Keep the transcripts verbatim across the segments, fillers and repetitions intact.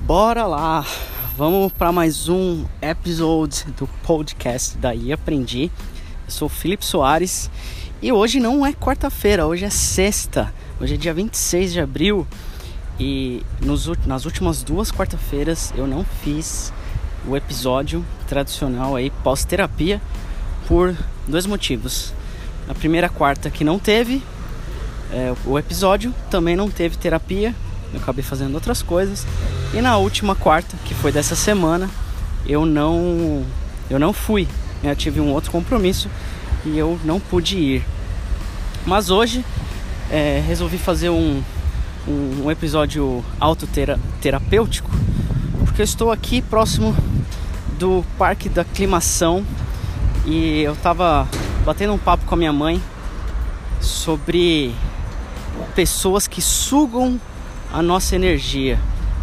Bora lá, vamos para mais um episódio do podcast Daí Aprendi. Eu sou o Felipe Soares e hoje não é quarta-feira, hoje é sexta. Hoje é dia vinte e seis de abril e nos, nas últimas duas quarta-feiras eu não fiz o episódio tradicional aí pós-terapia por dois motivos. Na primeira quarta que não teve é, o episódio, também não teve terapia. Eu acabei fazendo outras coisas. E na última quarta, que foi dessa semana, eu não, eu não fui. Eu tive um outro compromisso e eu não pude ir. Mas hoje é, resolvi fazer um, um, um episódio autoterapêutico, porque eu estou aqui próximo do Parque da Aclimação e eu tava batendo um papo com a minha mãe sobre pessoas que sugam a nossa energia.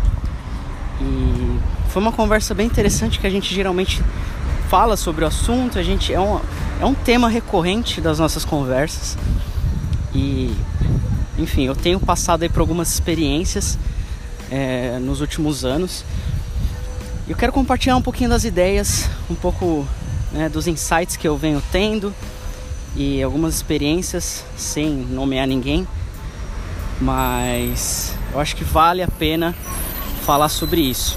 E foi uma conversa bem interessante, que a gente geralmente fala sobre o assunto. A gente é um, é um tema recorrente das nossas conversas. E enfim, eu tenho passado aí por algumas experiências é, nos últimos anos. E eu quero compartilhar um pouquinho das ideias, um pouco né, dos insights que eu venho tendo e algumas experiências, sem nomear ninguém. Mas eu acho que vale a pena falar sobre isso.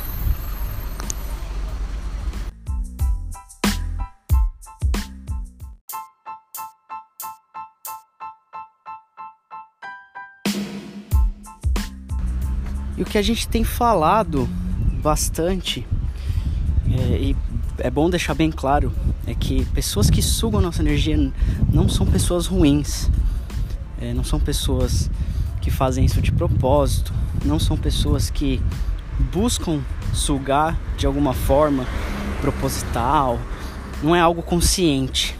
E o que a gente tem falado bastante, é, e é bom deixar bem claro, é que pessoas que sugam nossa energia não são pessoas ruins. É, não são pessoas que fazem isso de propósito, não são pessoas que buscam sugar de alguma forma proposital, não é algo consciente.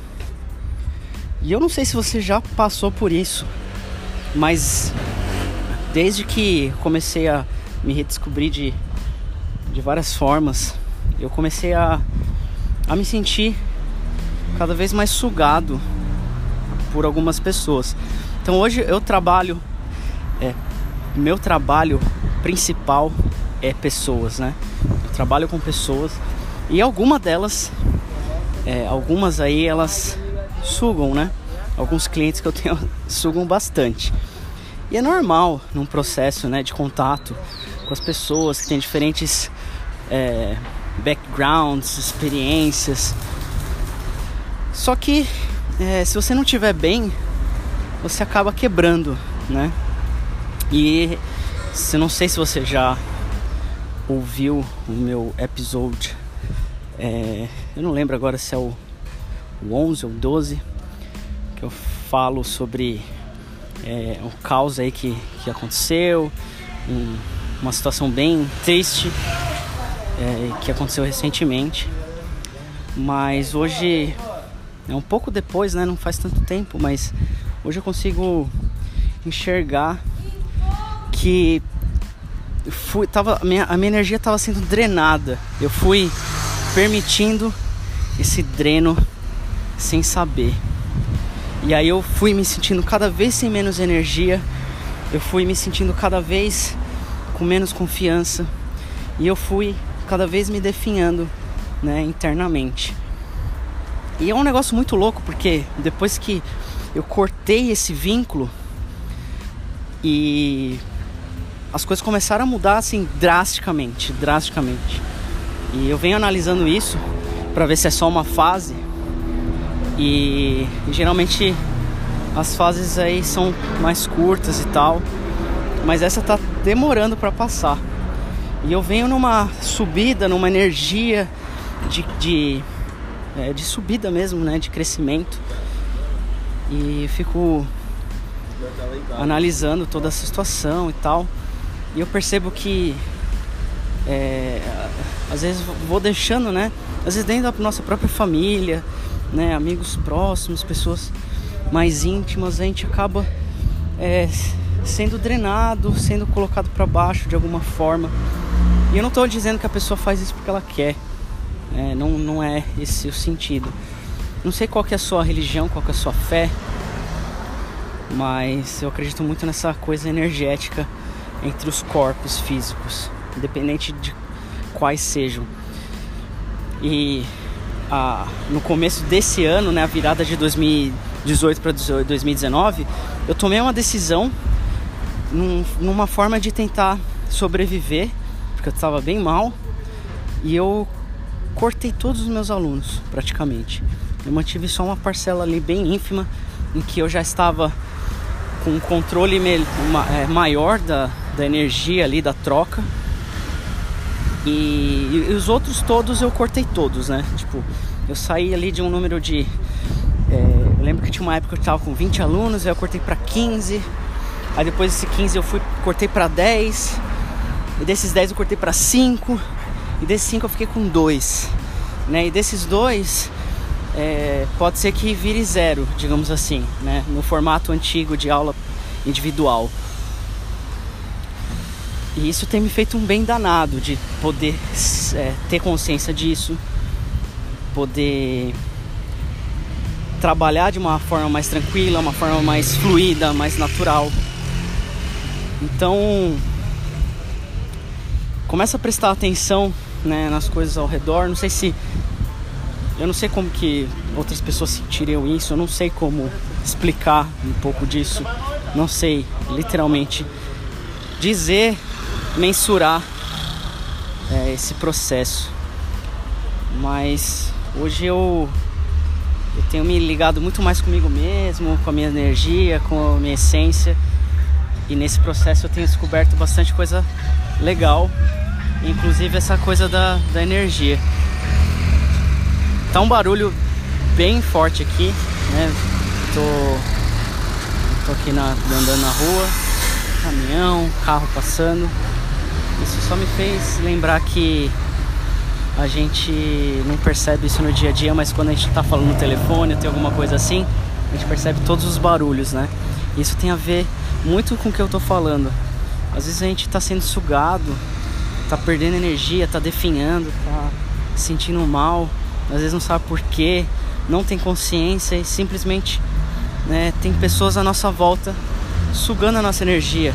E eu não sei se você já passou por isso, mas desde que comecei a me redescobrir de, de várias formas, eu comecei a, a me sentir cada vez mais sugado por algumas pessoas. Então hoje eu trabalho, é, meu trabalho principal é pessoas, né? Eu trabalho com pessoas e algumas delas, é, algumas aí elas sugam, né? Alguns clientes que eu tenho sugam bastante. E é normal num processo, né, de contato com as pessoas que têm diferentes é, backgrounds, experiências. Só que é, se você não estiver bem, você acaba quebrando, né? E se não sei se você já ouviu o meu episódio, é, eu não lembro agora se é o, o onze ou doze, que eu falo sobre é, um caos aí que, que aconteceu, um, uma situação bem triste é, que aconteceu recentemente. Mas hoje, é um pouco depois, né? Não faz tanto tempo, mas hoje eu consigo enxergar que fui, tava, a, minha, a minha energia estava sendo drenada. Eu fui permitindo esse dreno sem saber. E aí eu fui me sentindo cada vez sem menos energia. Eu fui me sentindo cada vez com menos confiança. E eu fui cada vez me definhando, né, internamente. E é um negócio muito louco, porque depois que eu cortei esse vínculo e as coisas começaram a mudar assim drasticamente, drasticamente. E eu venho analisando isso para ver se é só uma fase. E, e geralmente as fases aí são mais curtas e tal, mas essa tá demorando para passar. E eu venho numa subida, numa energia de, de, é, de subida mesmo, né, de crescimento. E fico analisando toda essa situação e tal. E eu percebo que é, às vezes vou deixando, né? Às vezes dentro da nossa própria família, né? Amigos próximos, pessoas mais íntimas, a gente acaba é, sendo drenado, sendo colocado para baixo de alguma forma. E eu não estou dizendo que a pessoa faz isso porque ela quer, é, não, não é esse o sentido. Não sei qual que é a sua religião, qual que é a sua fé, mas eu acredito muito nessa coisa energética entre os corpos físicos. independente de quais sejam. E a, no começo desse ano, né, a virada de dois mil e dezoito para dois mil e dezenove, eu tomei uma decisão num, numa forma de tentar sobreviver, porque eu estava bem mal, e eu cortei todos os meus alunos praticamente. Eu mantive só uma parcela ali bem ínfima, em que eu já estava com um controle me, uma, é, maior da, da energia ali, da troca. E, e os outros todos eu cortei todos, né? Tipo, eu saí ali de um número de... É, eu lembro que tinha uma época que eu estava com vinte alunos, aí eu cortei para quinze. Aí depois desse quinze eu fui, cortei para dez. E desses dez eu cortei para cinco. E desses cinco eu fiquei com dois, né? E desses dois, é, pode ser que vire zero, digamos assim, né? No formato antigo de aula individual. E isso tem me feito um bem danado de poder é, ter consciência disso, poder trabalhar de uma forma mais tranquila, uma forma mais fluida, mais natural. Então, começa a prestar atenção, né, nas coisas ao redor. Não sei se... Eu não sei como que outras pessoas sentiriam isso. Eu não sei como explicar um pouco disso. Não sei, literalmente, dizer, mensurar é, esse processo. Mas hoje eu, eu tenho me ligado muito mais comigo mesmo, com a minha energia, com a minha essência. E nesse processo eu tenho descoberto bastante coisa legal, inclusive essa coisa da, da energia. Tá um barulho bem forte aqui, né? Tô, tô aqui na, andando na rua, caminhão, carro passando. Isso só me fez lembrar que a gente não percebe isso no dia a dia, mas quando a gente tá falando no telefone, tem alguma coisa assim, a gente percebe todos os barulhos, né? Isso tem a ver muito com o que eu tô falando. Às vezes a gente tá sendo sugado, tá perdendo energia, tá definhando, tá se sentindo mal, às vezes não sabe por quê, não tem consciência e simplesmente, né, tem pessoas à nossa volta sugando a nossa energia.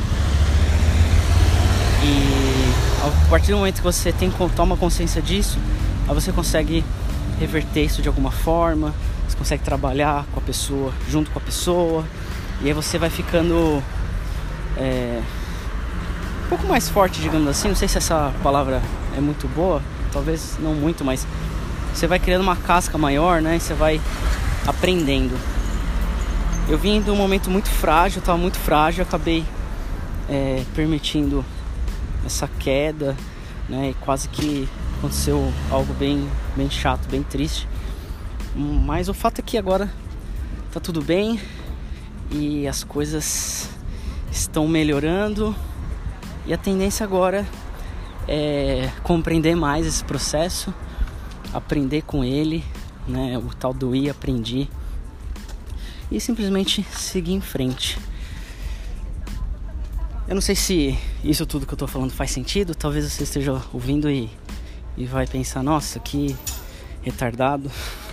E a partir do momento que você tem, toma consciência disso, aí você consegue reverter isso de alguma forma, você consegue trabalhar com a pessoa, junto com a pessoa, e aí você vai ficando é, um pouco mais forte, digamos assim. Não sei se essa palavra é muito boa, talvez não muito, mas você vai criando uma casca maior, né? E você vai aprendendo. Eu vim de um momento muito frágil, eu estava muito frágil, eu acabei é, permitindo essa queda, né? E quase que aconteceu algo bem, bem chato, bem triste. Mas o fato é que agora tá tudo bem e as coisas estão melhorando, e a tendência agora é compreender mais esse processo, aprender com ele, né, o tal do ir, aprendi, e simplesmente seguir em frente. Eu não sei se isso tudo que eu tô falando faz sentido. Talvez você esteja ouvindo e, e vai pensar, nossa, que retardado.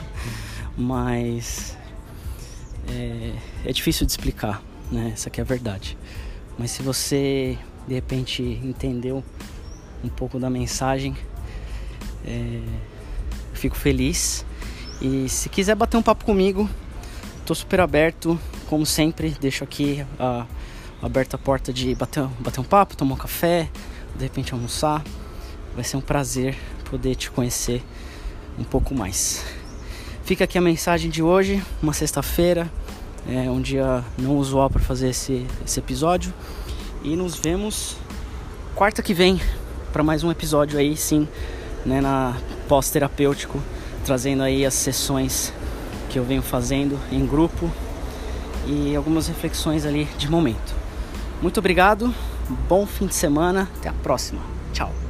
Mas é, é difícil de explicar, né? Essa aqui é a verdade. Mas se você de repente entendeu um pouco da mensagem, é, eu fico feliz. E se quiser bater um papo comigo, tô super aberto, como sempre. Deixo aqui a, aberta a porta de bater, bater um papo, tomar um café, de repente almoçar. Vai ser um prazer poder te conhecer um pouco mais. Fica aqui a mensagem de hoje, uma sexta-feira, é um dia não usual para fazer esse, esse episódio. E nos vemos quarta que vem para mais um episódio aí, sim, né, na pós-terapêutico, trazendo aí as sessões que eu venho fazendo em grupo e algumas reflexões ali de momento. Muito obrigado, bom fim de semana, até a próxima, tchau.